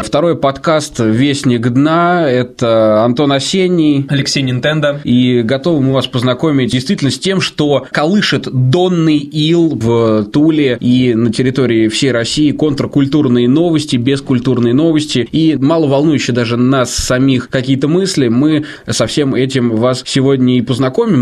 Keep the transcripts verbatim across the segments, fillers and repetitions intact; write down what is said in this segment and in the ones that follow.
второй подкаст «Вестник дна». Это Антон Осенний, Алексей Нинтендо. И готовы мы вас познакомить действительно с тем, что колышет донный ил в Туле и на территории всей России. Контркультурные новости, бескультурные новости и мало волнующие даже нас самих какие-то мысли. Мы со всем этим вас сегодня и познакомим.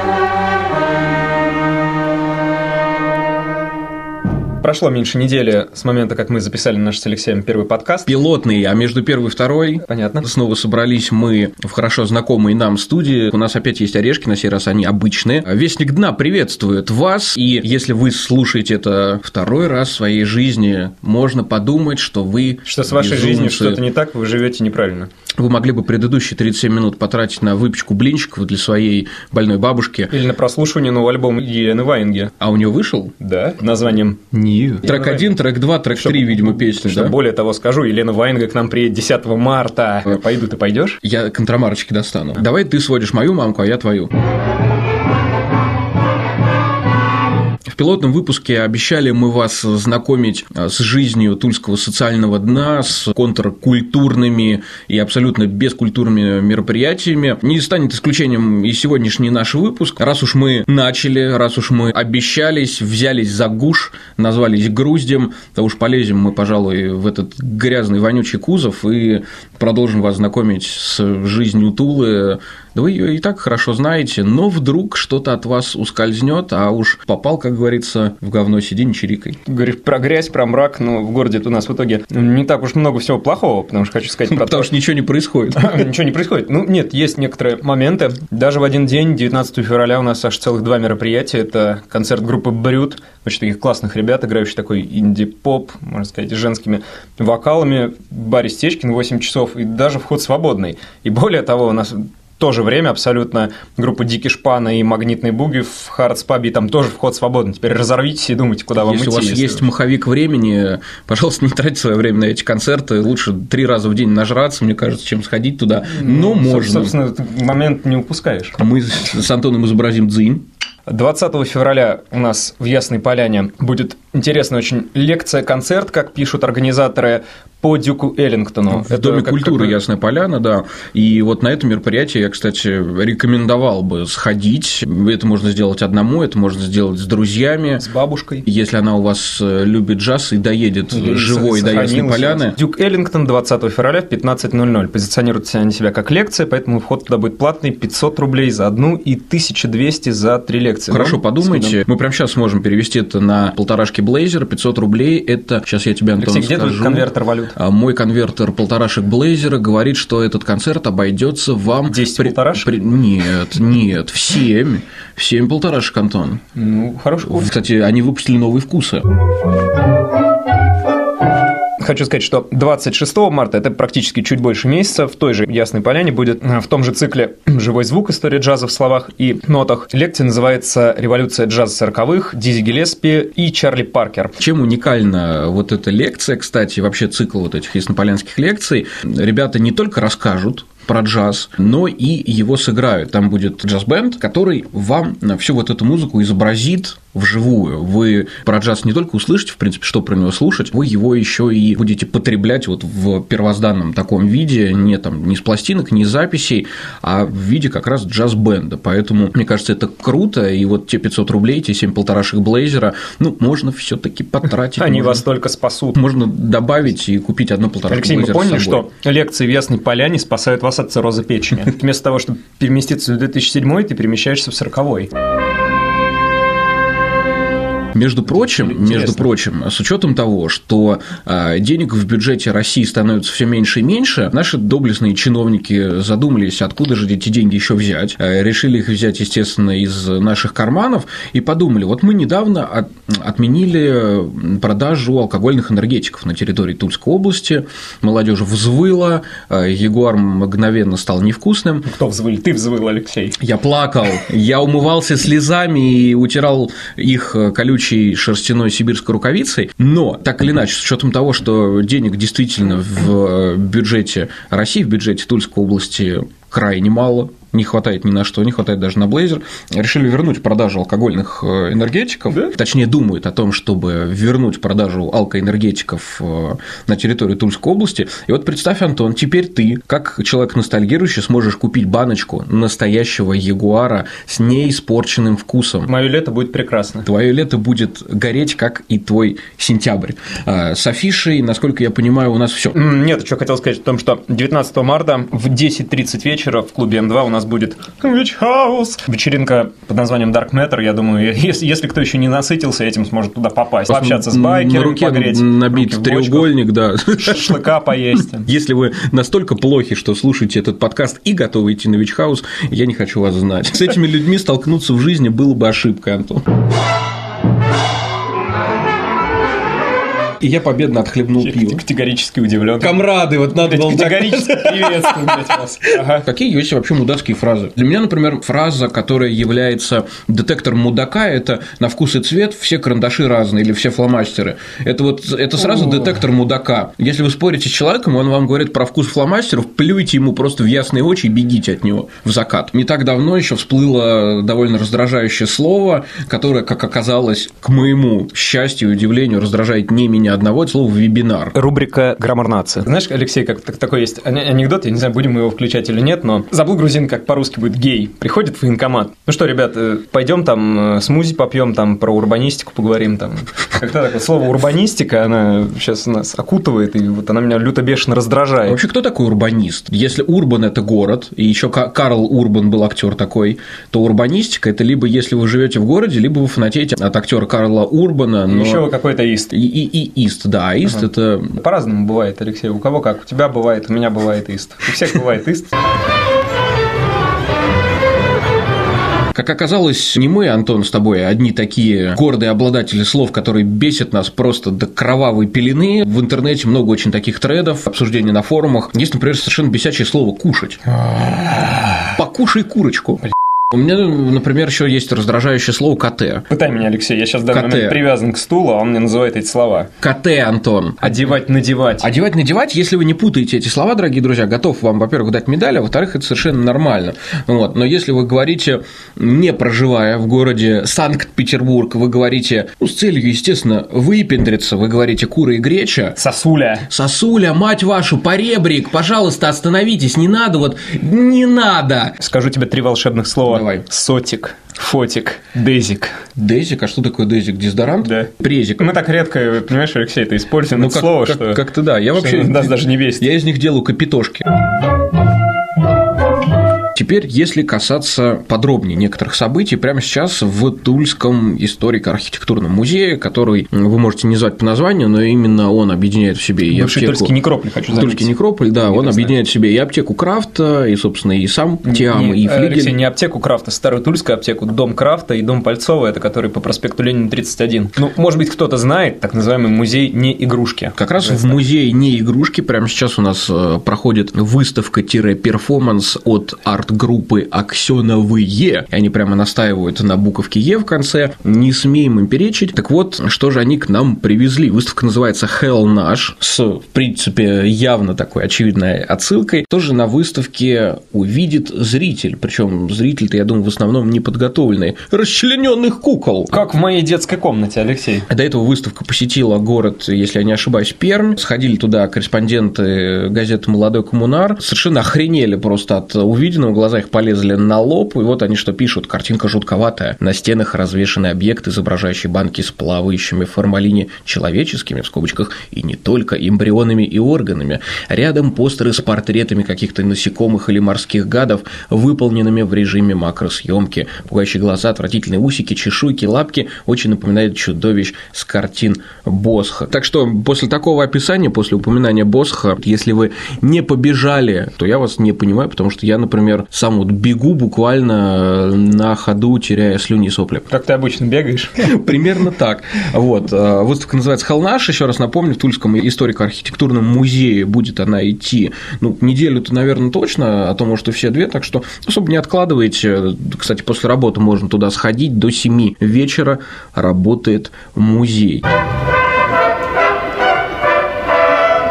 Прошло меньше недели с момента, как мы записали наш с Алексеем первый подкаст. Пилотный, а между первый и второй. Понятно. Снова собрались мы в хорошо знакомой нам студии. У нас опять есть орешки, на сей раз они обычные. Вестник дна приветствует вас. И если вы слушаете это второй раз в своей жизни, можно подумать, что вы Что с вашей безумцы. жизнью что-то не так, вы живете неправильно. Вы могли бы предыдущие тридцать семь минут потратить на выпечку блинчиков для своей больной бабушки. Или на прослушивание нового альбома Елены Ваенги. А у нее вышел? Да, названием Нет. Трек один, трек два, трек три, видимо, песни, что, да? Более того скажу, Елена Ваенга к нам приедет десятого марта. Пойду, ты пойдешь? Я контрамарочки достану. Давай ты сводишь мою мамку, а я твою. В пилотном выпуске обещали мы вас знакомить с жизнью тульского социального дна, с контркультурными и абсолютно бескультурными мероприятиями. Не станет исключением и сегодняшний наш выпуск. Раз уж мы начали, раз уж мы обещались, взялись за гуш, назвались груздем, то уж полезем мы, пожалуй, в этот грязный вонючий кузов и продолжим вас знакомить с жизнью Тулы. Да вы ее и так хорошо знаете, но вдруг что-то от вас ускользнет, а уж попал, как говорится, в говно сиди, не чирикай. Говоришь про грязь, про мрак, но в городе у нас в итоге не так уж много всего плохого, потому что хочу сказать про то, Потому что ничего не происходит. Ничего не происходит. Ну, нет, есть некоторые моменты. Даже в один день, девятнадцатого февраля, у нас аж целых два мероприятия. Это концерт группы Брют, очень таких классных ребят, играющих такой инди-поп, можно сказать, с женскими вокалами, в баре Стечкин восемь часов, и даже вход свободный. И более того, у нас в то же время абсолютно группа Дики Шпана и Магнитный Буги в Хардс-пабе, там тоже вход свободный. Теперь разорвитесь и думайте, куда вам если идти. У вас если есть маховик времени, пожалуйста, не тратьте свое время на эти концерты. Лучше три раза в день нажраться, мне кажется, чем сходить туда. Но ну, можно. Собственно, этот момент не упускаешь. Мы с Антоном изобразим дзынь. двадцатого февраля у нас в Ясной Поляне будет интересная очень лекция-концерт, как пишут организаторы, по Дюку Эллингтону. В Это Доме как, культуры как... Ясная Поляна, да. И вот на это мероприятие я, кстати, рекомендовал бы сходить. Это можно сделать одному, это можно сделать с друзьями. С бабушкой. Если она у вас любит джаз и доедет Или живой до Ясной Поляны. Дюк Эллингтон двадцатого февраля в пятнадцать ноль ноль. Позиционируют они себя как лекция, поэтому вход туда будет платный, пятьсот рублей за одну и тысяча двести за три лекции. Хорошо, ну, подумайте. Скидом. Мы прямо сейчас сможем перевести это на полторашки Блейзер, пятьсот рублей. Это, сейчас я тебе, Антон, Алексей, скажу. Где твой конвертер валют? Мой конвертер полторашек Блейзера говорит, что этот концерт обойдется вам... десять при... полторашек? При... Нет, нет, в семь. В семь полторашек, Антон. Ну, хороший курс. Кстати, они выпустили новые вкусы. Хочу сказать, что двадцать шестого марта, это практически чуть больше месяца, в той же Ясной Поляне будет в том же цикле «Живой звук. История джаза в словах и нотах». Лекция называется «Революция джаза сороковых», Дизи Гиллеспи и Чарли Паркер. Чем уникальна вот эта лекция, кстати, вообще цикл вот этих яснополянских лекций? Ребята не только расскажут про джаз, но и его сыграют. Там будет джаз-бенд, который вам всю вот эту музыку изобразит вживую. Вы про джаз не только услышите, в принципе, что про него слушать, вы его еще и будете потреблять вот в первозданном таком виде, не там не с пластинок, не с записей, а в виде как раз джаз-бенда. Поэтому, мне кажется, это круто, и вот те пятьсот рублей, те семь полторашек Блейзера, ну, можно все-таки потратить. Они можно, вас только спасут. Можно добавить и купить одну полторашку Алексей, Блейзера. Алексей, мы поняли, что лекции в Ясной Поляне спасают вас от цирроза печени. Вместо того, чтобы переместиться в две тысячи седьмой, ты перемещаешься в сороковой. Между прочим, между прочим, с учетом того, что денег в бюджете России становится все меньше и меньше, наши доблестные чиновники задумались, откуда же эти деньги еще взять. Решили их взять, естественно, из наших карманов и подумали, вот мы недавно отменили продажу алкогольных энергетиков на территории Тульской области, молодежь взвыла, Ягуар мгновенно стал невкусным. Кто взвыл? Ты взвыл, Алексей. Я плакал, я умывался слезами и утирал их колючей шерстяной сибирской рукавицей, но так или иначе, с учетом того, что денег действительно в бюджете России, в бюджете Тульской области крайне мало, не хватает ни на что, не хватает даже на блейзер, решили вернуть продажу алкогольных энергетиков, да? Точнее, думают о том, чтобы вернуть продажу алкоэнергетиков на территорию Тульской области. И вот представь, Антон, теперь ты, как человек ностальгирующий, сможешь купить баночку настоящего ягуара с неиспорченным вкусом. Мое лето будет прекрасно. Твое лето будет гореть, как и твой сентябрь. С афишей, насколько я понимаю, у нас все. Нет, что хотел сказать о том, что девятнадцатого марта в десять тридцать вечера в клубе эм два у нас будет Witch House. Вечеринка под названием Dark Matter. Я думаю, если, если кто еще не насытился, этим сможет туда попасть. Просто пообщаться с байкерами, на руке погреть. Набить руки треугольник, да. Шашлыка поесть. Если вы настолько плохи, что слушаете этот подкаст и готовы идти на Witch House, я не хочу вас знать. С этими людьми столкнуться в жизни было бы ошибкой, Антон. И я победно отхлебнул я пиво. Категорически удивлен. Камрады, вот надо было категорически приветствую вас. Ага. Какие есть вообще мудацкие фразы? Для меня, например, фраза, которая является детектором мудака, это на вкус и цвет все карандаши разные или все фломастеры. Это вот это сразу О. детектор мудака. Если вы спорите с человеком, он вам говорит про вкус фломастеров, плюйте ему просто в ясные очи и бегите от него в закат. Не так давно еще всплыло довольно раздражающее слово, которое, как оказалось, к моему счастью и удивлению, раздражает не меня одного, это слово «вебинар». Рубрика «Граммар нации». Знаешь, Алексей, как такой есть анекдот, я не знаю, будем мы его включать или нет, но забыл грузин, как по-русски будет гей. Приходит в военкомат. Ну что, ребят, пойдем там смузи попьем, там про урбанистику поговорим. Там. Как-то такое слово урбанистика, она сейчас нас окутывает, и вот она меня люто бешено раздражает. Вообще, кто такой урбанист? Если урбан – это город, и еще Карл Урбан был актер такой, то урбанистика – это либо если вы живете в городе, либо вы фанатеете от актера Карла Урбана. Но... Еще какой-то ист. И, и, и ист, да, ист ага. это… По-разному бывает, Алексей, у кого как, у тебя бывает, у меня бывает ист, у всех бывает ист. Как оказалось, не мы, Антон, с тобой одни такие гордые обладатели слов, которые бесят нас просто до кровавой пелены. В интернете много очень таких тредов, обсуждений на форумах. Есть, например, совершенно бесячее слово «кушать». Покушай курочку. У меня, например, еще есть раздражающее слово «КТ». Пытай меня, Алексей, я сейчас в данный момент привязан к стулу, а он мне называет эти слова. КТ, Антон. Одевать, надевать. Одевать, надевать, если вы не путаете эти слова, дорогие друзья, готов вам, во-первых, дать медаль, а во-вторых, это совершенно нормально. Вот. Но если вы говорите, не проживая в городе Санкт-Петербург, вы говорите, ну, с целью, естественно, выпендриться, вы говорите «кура и греча». Сосуля. Сосуля, мать вашу, поребрик, пожалуйста, остановитесь, не надо, вот, не надо. Скажу тебе три волшебных слова. Давай. Сотик, фотик, дезик. Дезик? А что такое дезик? Дезодорант? Да. Презик. Мы так редко, понимаешь, Алексей, это используем ну, это как, слово, как, что… Как-то да. Я вообще… Нас даже не весит. Я из них делаю капитошки. Теперь, если касаться подробнее некоторых событий, прямо сейчас в Тульском историко-архитектурном музее, который вы можете не звать по названию, но именно он объединяет в себе и Бывший аптеку… Тульский некрополь, хочу заметить. Тульский некрополь, да, он объединяет в себе и аптеку Крафта, и, собственно, и сам Тиам, и Флигель. Алексей, не аптеку Крафта, старую тульскую аптеку, дом Крафта и дом Пальцова, это который по проспекту Ленина тридцать один. Ну, может быть, кто-то знает, так называемый музей «Не игрушки». Как раз в музее «Не игрушки» прямо сейчас у нас проходит выставка-перформанс от арт-группы «Аксеновые». Они прямо настаивают на буковке «Е» в конце. Не смеем им перечить. Так вот, что же они к нам привезли? Выставка называется «Hell наш», с, в принципе, явно такой очевидной отсылкой. Тоже на выставке увидит зритель. Причем зритель-то, я думаю, в основном неподготовленный. Расчлененных кукол. Как в моей детской комнате, Алексей. До этого выставка посетила город, если я не ошибаюсь, Пермь. Сходили туда корреспонденты газеты «Молодой коммунар». Совершенно охренели просто от увиденного. Глаза их полезли на лоб. И вот они что пишут. Картинка жутковатая. На стенах развешаны объекты, изображающие банки с плавающими в формалине человеческими, в скобочках, и не только, эмбрионами и органами. Рядом постеры с портретами каких-то насекомых или морских гадов, выполненными в режиме макросъемки. Пугающие глаза, отвратительные усики, чешуйки, лапки очень напоминают чудовищ с картин Босха. Так что после такого описания, после упоминания Босха, если вы не побежали, то я вас не понимаю, потому что я, например, сам вот бегу буквально на ходу, теряя слюни и сопли. Как ты обычно бегаешь? Примерно так. Вот. Выставка называется «Hell наш». Еще раз напомню, в Тульском историко-архитектурном музее будет она идти, ну, неделю-то, наверное, точно, а то, может, и все две, так что особо не откладывайте. Кстати, после работы можно туда сходить, до семи вечера работает музей.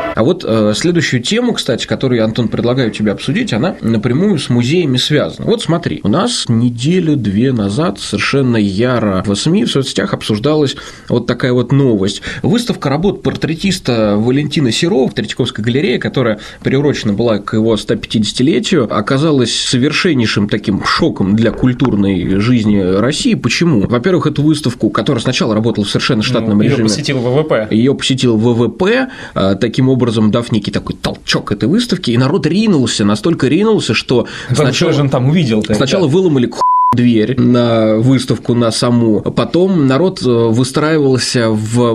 А вот э, следующую тему, кстати, которую я, Антон, предлагаю тебе обсудить, она напрямую с музеями связана. Вот смотри, у нас неделю-две назад совершенно яро в СМИ, в соцсетях обсуждалась вот такая вот новость. Выставка работ портретиста Валентина Серова в Третьяковской галерее, которая приурочена была к его сто пятидесятилетию, оказалась совершеннейшим таким шоком для культурной жизни России. Почему? Во-первых, эту выставку, которая сначала работала в совершенно штатном ну, режиме. Ее посетил ВВП. Ее посетил ВВП, таким образом дав некий такой толчок этой выставки, и народ ринулся, настолько ринулся, что сначала, что же он там увидел? Сначала да? выломали к дверь на выставку на саму, потом народ выстраивался в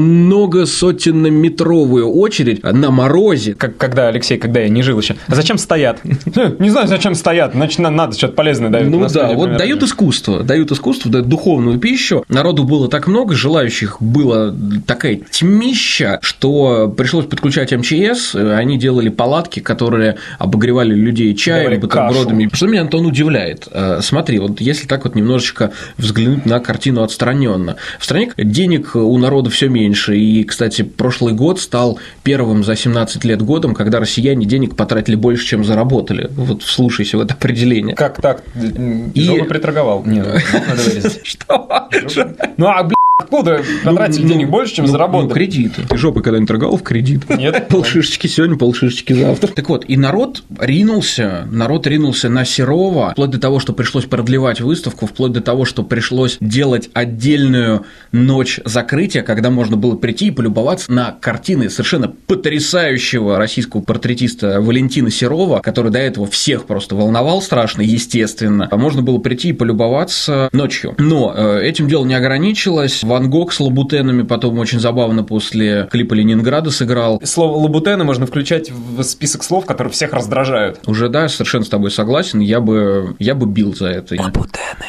многосотеннометровую очередь на морозе. Как, когда, Алексей, когда я не жил еще. А зачем стоят? Не знаю, зачем стоят, значит, надо что-то полезное дают. Ну да, вот дают искусство, дают искусство, дают духовную пищу. Народу было так много, желающих было такая тьмища, что пришлось подключать эм че эс, они делали палатки, которые обогревали людей чаем, бутербродами. Что меня, Антон, удивляет? Смотри, вот если так вот немножечко взглянуть на картину отстраненно. В стране денег у народа все меньше, и, кстати, прошлый год стал первым за семнадцать лет годом, когда россияне денег потратили больше, чем заработали. Вот вслушайся в это определение. Как так? И... Жопу приторговал? Нет, надо вырезать. Что? Ну, а, блин, откуда потратили денег больше, чем заработали? Ну, кредиты. Ты жопой когда-нибудь торговал в кредит? Нет. Полшишечки сегодня, полшишечки завтра. Так вот, и народ ринулся, народ ринулся на Серова, вплоть до того, что пришлось продлевать выставку, вплоть до того, что пришлось делать отдельную ночь закрытия, когда можно было прийти и полюбоваться на картины совершенно потрясающего российского портретиста Валентина Серова, который до этого всех просто волновал страшно, естественно. А можно было прийти и полюбоваться ночью. Но этим дело не ограничилось. Ван Гог с лабутенами потом очень забавно после клипа Ленинграда сыграл. Слово лабутены можно включать в список слов, которые всех раздражают. Уже да, совершенно с тобой согласен, я бы, я бы бил за это. Лабутены.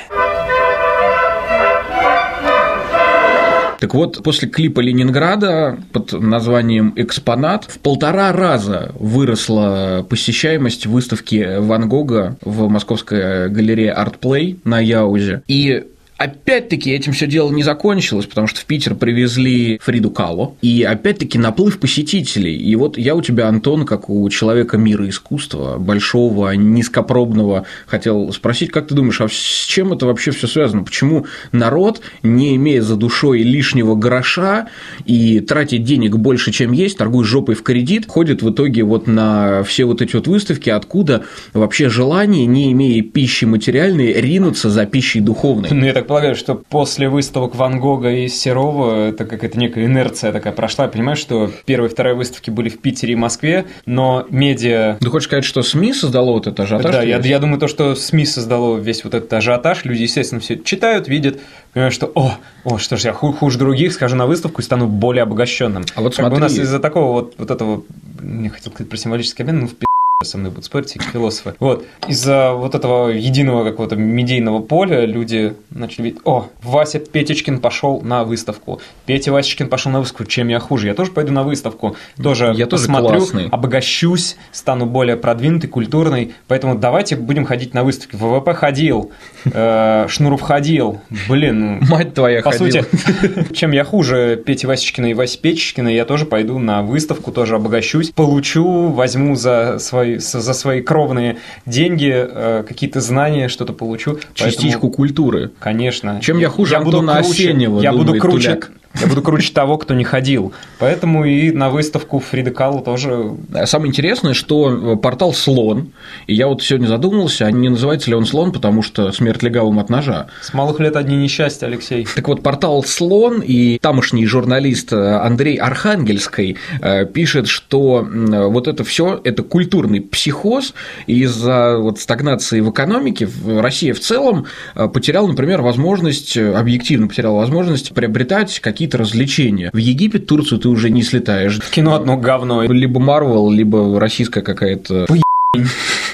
Так вот, после клипа Ленинграда под названием «Экспонат» в полтора раза выросла посещаемость выставки Ван Гога в Московской галерее «Артплей» на Яузе. И опять-таки этим все дело не закончилось, потому что в Питер привезли Фриду Кало, и опять-таки наплыв посетителей. И вот я у тебя, Антон, как у человека мира искусства, большого, низкопробного, хотел спросить, как ты думаешь, а с чем это вообще все связано? Почему народ, не имея за душой лишнего гроша и тратить денег больше, чем есть, торгуя жопой в кредит, ходит в итоге вот на все вот эти вот выставки, откуда вообще желание, не имея пищи материальной, ринуться за пищей духовной? Ну, я так полагаю, что после выставок Ван Гога и Серова это какая-то некая инерция такая прошла. Я понимаю, что первая и вторая выставки были в Питере и Москве, но медиа... Ты хочешь сказать, что СМИ создало вот этот ажиотаж? Да, я, я думаю, то, что СМИ создало весь вот этот ажиотаж, люди, естественно, все это читают, видят, понимают, что о, о, что ж, я хуже других, схожу на выставку и стану более обогащенным. А вот как смотри... бы у нас из-за такого вот, вот этого, я хотел сказать про символический обмен, ну, в со мной будут спорить всякие философы. Вот. Из-за вот этого единого какого-то медийного поля люди начали видеть, о, Вася Петечкин пошел на выставку, Петя Васечкин пошел на выставку, чем я хуже? Я тоже пойду на выставку, тоже я посмотрю, тоже классный. Обогащусь, стану более продвинутый, культурный, поэтому давайте будем ходить на выставки. ВВП ходил, э, Шнуров ходил, блин. Ну, мать твоя по ходила. сути, чем я хуже Пети Васечкина и Васи Петечкина, я тоже пойду на выставку, тоже обогащусь, получу, возьму за свои за свои кровные деньги э, какие-то знания, что-то получу. Частичку Поэтому, культуры. Конечно. Чем я хуже я Антона буду круче, Осеннего, я думает буду круче, Туляк. Я буду круче того, кто не ходил. Поэтому и на выставку Фриды Кало тоже... Самое интересное, что портал «Слон», и я вот сегодня задумался, а не называется ли он «Слон», потому что смерть легавым от ножа. С малых лет одни несчастья, Алексей. Так вот, портал «Слон» и тамошний журналист Андрей Архангельский пишет, что вот это все это культурный психоз, и из-за вот стагнации в экономике Россия в целом потеряла, например, возможность, объективно потеряла возможность приобретать какие-то какие-то развлечения. В Египет, Турцию ты уже не слетаешь. Кино одно говно. Либо Марвел, либо российская какая-то...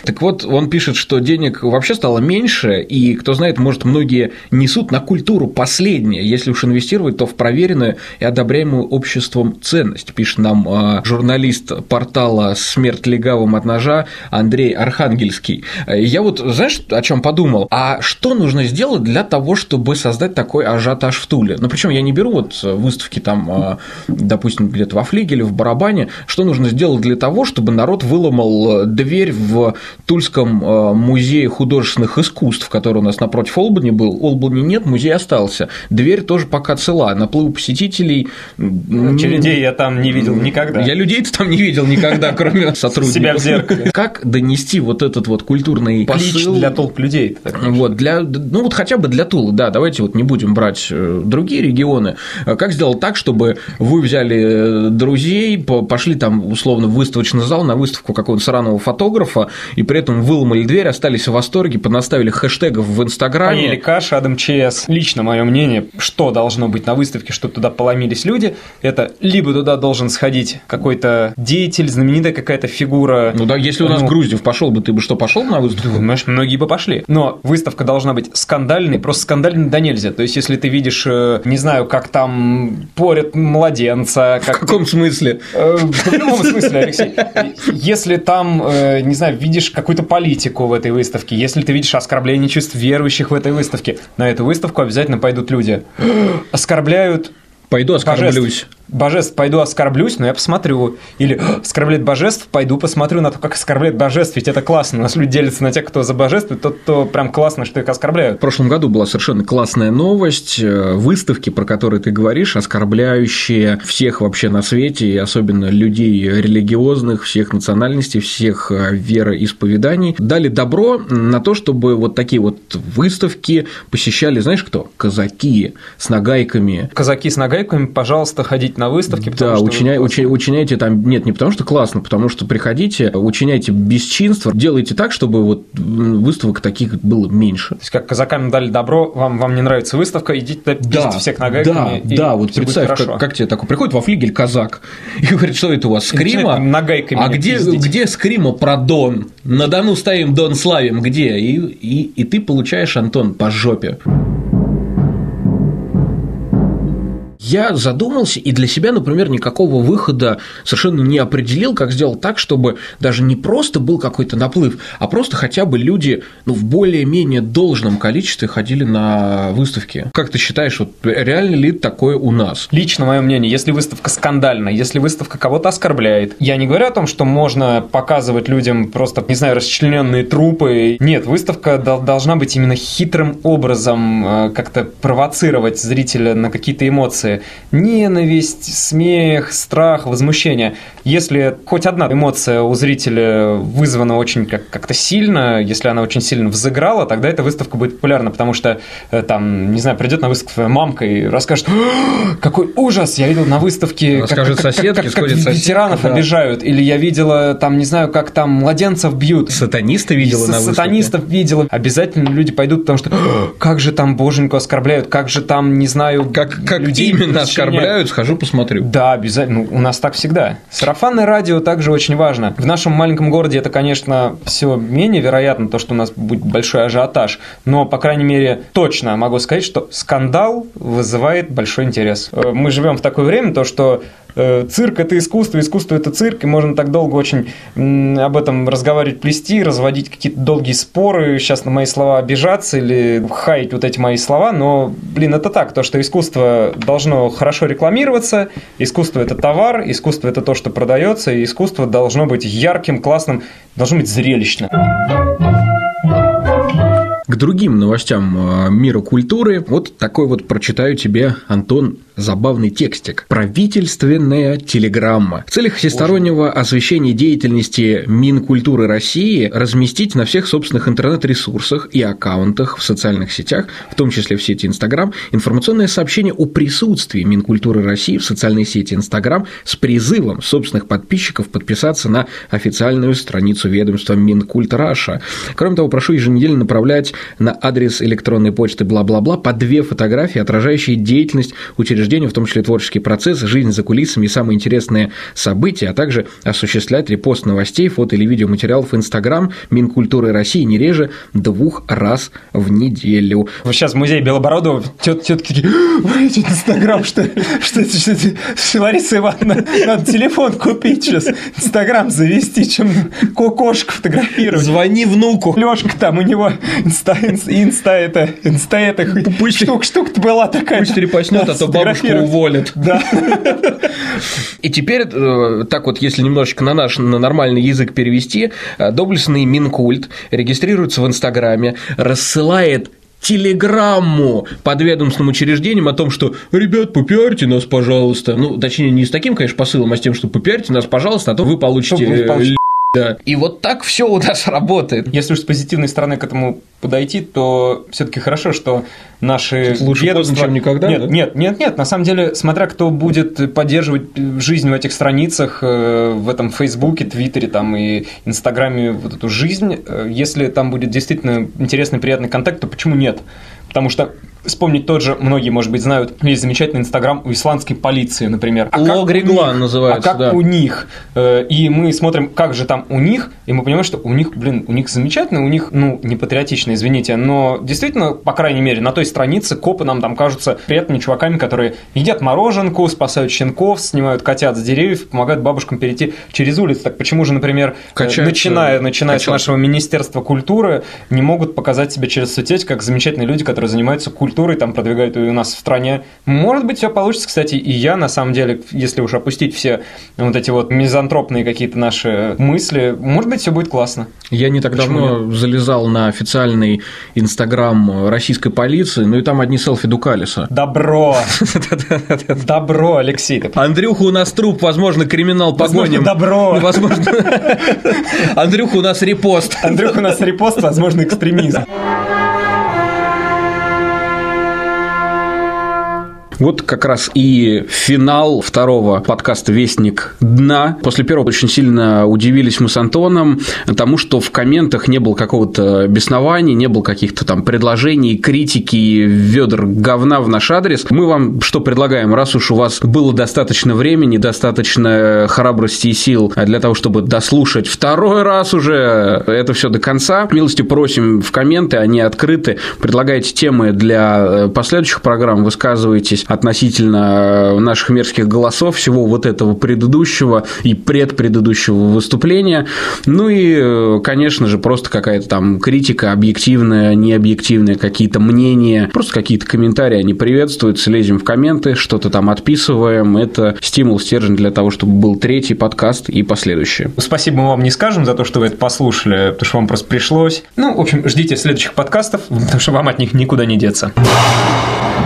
Так вот, он пишет, что денег вообще стало меньше, и, кто знает, может, многие несут на культуру последнее, если уж инвестировать, то в проверенную и одобряемую обществом ценность, пишет нам э, журналист портала «Смерть легавым от ножа» Андрей Архангельский. Я вот, знаешь, о чем подумал? А что нужно сделать для того, чтобы создать такой ажиотаж в Туле? Ну, причем я не беру вот выставки там, э, допустим, где-то во Флигеле, в Барабане. Что нужно сделать для того, чтобы народ выломал дверь в Тульском музее художественных искусств, который у нас напротив Олбани был? Олбани нет, музей остался. Дверь тоже пока цела. Наплыв посетителей. Людей я там не видел никогда. Я людей-то там не видел никогда, кроме сотрудников. Себя в зеркале. Как донести вот этот вот культурный посыл для толп людей? Вот, для, ну вот хотя бы для Тулы, да, давайте вот не будем брать другие регионы. Как сделать так, чтобы вы взяли друзей, пошли там условно в выставочный зал на выставку какого-то сраного фотографа, и при этом выломали дверь, остались в восторге, понаставили хэштегов в Инстаграме. Поели каши, Адам ЧС. Лично мое мнение, что должно быть на выставке, чтобы туда поломились люди, это либо туда должен сходить какой-то деятель, знаменитая какая-то фигура. Ну да, если у нас ну, Груздев пошел бы, ты бы что, пошел на выставку? Думаешь, многие бы пошли. Но выставка должна быть скандальной, просто скандальной да нельзя. То есть, если ты видишь, не знаю, как там порят младенца. Как... В каком смысле? В любом смысле, Алексей. Если там, не знаю, видишь какую-то политику в этой выставке, если ты видишь оскорбление чувств верующих в этой выставке, на эту выставку обязательно пойдут люди. Оскорбляют. Пойду оскорблюсь. Божеств. Божеств пойду оскорблюсь, но я посмотрю. Или оскорбляет божеств, пойду посмотрю на то, как оскорбляет божеств, ведь это классно. У нас люди делятся на тех, кто за божеств, и тот, кто прям классно, что их оскорбляют. В прошлом году была совершенно классная новость. Выставки, про которые ты говоришь, оскорбляющие всех вообще на свете, и особенно людей религиозных, всех национальностей, всех вероисповеданий, дали добро на то, чтобы вот такие вот выставки посещали, знаешь кто? Казаки с нагайками. Казаки с нагайками, пожалуйста, ходите на выставки. Да, учиня... учи... учиняйте там, нет, не потому что классно, потому что приходите, учиняйте бесчинство, делайте так, чтобы вот выставок таких было меньше. То есть, как казакам дали добро, вам, вам не нравится выставка, идите туда, пиздите да, всех нагайками. Да, да, вот представь, как, как тебе такой приходит во Флигель казак и говорит, что это у вас, скрима? Нагайками а где, где скрима про Дон? На Дону стоим, Дон славим, где? И, и, и ты получаешь, Антон, по жопе. Я задумался и для себя, например, никакого выхода совершенно не определил, как сделать так, чтобы даже не просто был какой-то наплыв, а просто хотя бы люди ну, в более-менее должном количестве ходили на выставки. Как ты считаешь, вот реально ли такое у нас? Лично мое мнение, если выставка скандальная, если выставка кого-то оскорбляет, я не говорю о том, что можно показывать людям просто, не знаю, расчлененные трупы. Нет, выставка должна быть именно хитрым образом как-то провоцировать зрителя на какие-то эмоции. Ненависть, смех, страх, возмущение. Если хоть одна эмоция у зрителя вызвана очень как- как-то сильно, если она очень сильно взыграла, тогда эта выставка будет популярна, потому что там, не знаю, придет на выставку твоя мамка и расскажет, какой ужас, я видел на выставке, расскажет как, соседки, как, как, как ветеранов да. обижают, или я видела там, не знаю, как там младенцев бьют. Сатаниста видела на выставке. Сатанистов видела. Обязательно люди пойдут, потому что как же там боженьку оскорбляют, как же там, не знаю, как, как людей именно оскорбляют, схожу посмотрю. Да, обязательно. Ну, у нас так всегда. Сарафанное радио также очень важно. В нашем маленьком городе это, конечно, все менее вероятно, то, что у нас будет большой ажиотаж, но, по крайней мере, точно могу сказать, что скандал вызывает большой интерес. Мы живем в такое время, то, что цирк – это искусство, искусство – это цирк, и можно так долго очень об этом разговаривать, плести, разводить какие-то долгие споры, сейчас на мои слова обижаться или хаять вот эти мои слова, но, блин, это так, то, что искусство должно хорошо рекламироваться, искусство – это товар, искусство – это то, что продается, и искусство должно быть ярким, классным, должно быть зрелищным. К другим новостям мира культуры вот такой вот прочитаю тебе, Антон, забавный текстик. Правительственная телеграмма. В целях всестороннего освещения деятельности Минкультуры России разместить на всех собственных интернет-ресурсах и аккаунтах в социальных сетях, в том числе в сети Инстаграм, информационное сообщение о присутствии Минкультуры России в социальной сети Инстаграм с призывом собственных подписчиков подписаться на официальную страницу ведомства Минкульт Раша. Кроме того, прошу еженедельно направлять на адрес электронной почты бла-бла-бла по две фотографии, отражающие деятельность учреждения учреждения, в том числе творческий процесс, жизнь за кулисами и самые интересные события, а также осуществлять репост новостей, фото или видеоматериалов в Инстаграм Минкультуры России не реже двух раз в неделю. Вот сейчас в музее Белобородова тетки такие: Инстаграм, что, что это, что это, Лариса Ивановна, надо телефон купить сейчас, Инстаграм завести, чем кошку фотографировать. Звони внуку. Лёшка там, у него инста, инста это, инста это, пусть штука, штука-то была такая. Пусть репостнет, а то бабушку уволят. Да. И теперь, так вот, если немножечко на наш, на нормальный язык перевести, доблестный Минкульт регистрируется в Инстаграме, рассылает телеграмму подведомственным учреждениям о том, что: ребят, попиарьте нас, пожалуйста. Ну, точнее, не с таким, конечно, посылом, а с тем, что попиарьте нас, пожалуйста, а то вы получите... Вы получите... Да. И вот так все у нас работает. Если уж с позитивной стороны к этому подойти, то все-таки хорошо, что наши лучше ведомства... поздно, чем никогда. Нет, да? нет, нет, нет. На самом деле, смотря кто будет поддерживать жизнь в этих страницах, в этом Фейсбуке, Твиттере там, и Инстаграме, вот эту жизнь, если там будет действительно интересный, приятный контакт, то почему нет? Потому что вспомнить тот же, многие, может быть, знают, есть замечательный Инстаграм у исландской полиции, например. А Логриглан называется, А как да. у них? И мы смотрим, как же там у них, и мы понимаем, что у них, блин, у них замечательно, у них, ну, не патриотично, извините, но действительно, по крайней мере, на той странице копы нам там кажутся приятными чуваками, которые едят мороженку, спасают щенков, снимают котят с деревьев, помогают бабушкам перейти через улицу. Так почему же, например, Качаются, начиная, начиная с нашего Министерства культуры, не могут показать себя через соцсети как замечательные люди, которые занимаются культурой, там продвигают ее у нас в стране. Может быть, все получится, кстати, и я, на самом деле, если уж опустить все вот эти вот мизантропные какие-то наши мысли, может быть, все будет классно. Я не так Почему давно нет? залезал на официальный Инстаграм российской полиции, ну и там одни селфи Дукалиса. Добро! Добро, Алексей. Андрюха, у нас труп, возможно, криминал погоним. Добро! Андрюха, у нас репост. Андрюха, у нас репост, возможно, экстремизм. Вот как раз и финал второго подкаста «Вестник дна». После первого очень сильно удивились мы с Антоном тому, что в комментах не было какого-то беснования, не было каких-то там предложений, критики, ведер говна в наш адрес. Мы вам что предлагаем? Раз уж у вас было достаточно времени, достаточно храбрости и сил для того, чтобы дослушать второй раз уже это все до конца, милости просим в комменты, они открыты. Предлагайте темы для последующих программ, высказывайтесь относительно наших мерзких голосов, всего вот этого предыдущего и предпредыдущего выступления. Ну и, конечно же, просто какая-то там критика объективная, необъективная, какие-то мнения, просто какие-то комментарии, они приветствуются, лезем в комменты, что-то там отписываем. Это стимул, стержень для того, чтобы был третий подкаст и последующие. Спасибо мы вам не скажем за то, что вы это послушали, потому что вам просто пришлось. Ну, в общем, ждите следующих подкастов, потому что вам от них никуда не деться.